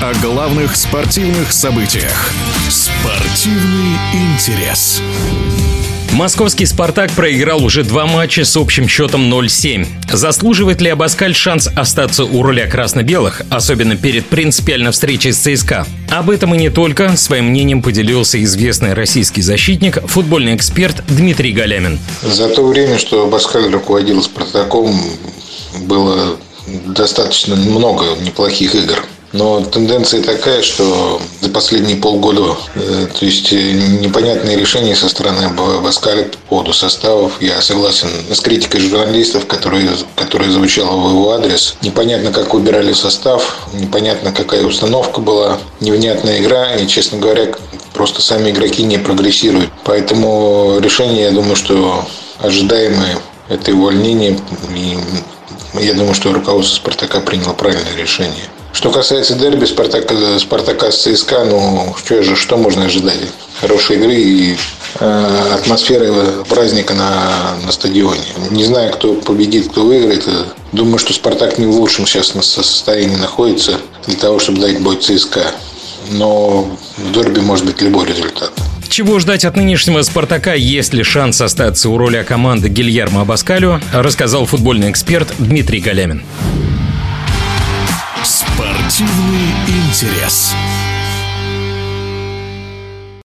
о главных спортивных событиях. Спортивный интерес. Московский «Спартак» проиграл уже 2 матча с общим счетом 0-7. Заслуживает ли Абаскаль шанс остаться у руля красно-белых, особенно перед принципиальной встречей с ЦСКА? Об этом и не только. Своим мнением поделился известный российский защитник, футбольный эксперт Дмитрий Галямин. За то время, что Абаскаль руководил «Спартаком», было достаточно много неплохих игр. Но тенденция такая, что за последние полгода, то есть непонятные решения со стороны Абаскаля по поводу составов. Я согласен с критикой журналистов, которая звучала в его адрес. Непонятно, как выбирали состав, непонятно, какая установка была, невнятная игра, и, честно говоря, просто сами игроки не прогрессируют. Поэтому решение, я думаю, что ожидаемое — это увольнение. И я думаю, что руководство «Спартака» приняло правильное решение. Что касается дерби Спартака с ЦСКА, что можно ожидать? Хорошей игры и атмосферы праздника на стадионе. Не знаю, кто победит, кто выиграет. Думаю, что Спартак не в лучшем сейчас состоянии находится для того, чтобы дать бой ЦСКА. Но в дерби может быть любой результат. Чего ждать от нынешнего «Спартака», есть ли шанс остаться у руля команды Гильермо Абаскалю, рассказал футбольный эксперт Дмитрий Галямин. Спортивный интерес.